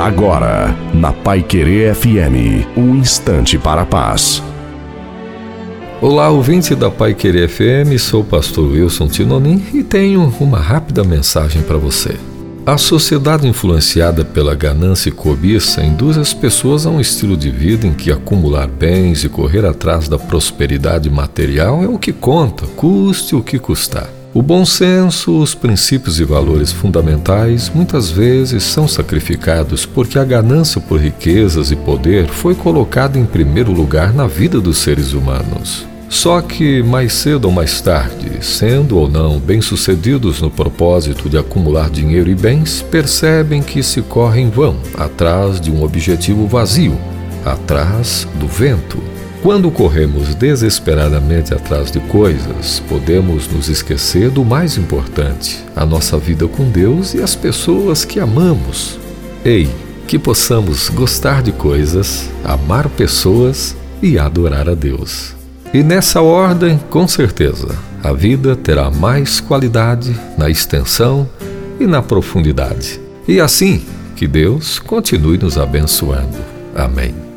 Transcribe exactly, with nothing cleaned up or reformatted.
Agora, na Paiquerê F M, um instante para a paz. Olá, ouvinte da Paiquerê F M, sou o pastor Wilson Tinonim e tenho uma rápida mensagem para você. A sociedade influenciada pela ganância e cobiça induz as pessoas a um estilo de vida em que acumular bens e correr atrás da prosperidade material é o que conta, custe o que custar. O bom senso, os princípios e valores fundamentais muitas vezes são sacrificados porque a ganância por riquezas e poder foi colocada em primeiro lugar na vida dos seres humanos. Só que, mais cedo ou mais tarde, sendo ou não bem-sucedidos no propósito de acumular dinheiro e bens, percebem que se corre em vão, atrás de um objetivo vazio, atrás do vento. Quando corremos desesperadamente atrás de coisas, podemos nos esquecer do mais importante, a nossa vida com Deus e as pessoas que amamos. Ei, que possamos gostar de coisas, amar pessoas e adorar a Deus. E nessa ordem, com certeza, a vida terá mais qualidade na extensão e na profundidade. E assim, que Deus continue nos abençoando. Amém.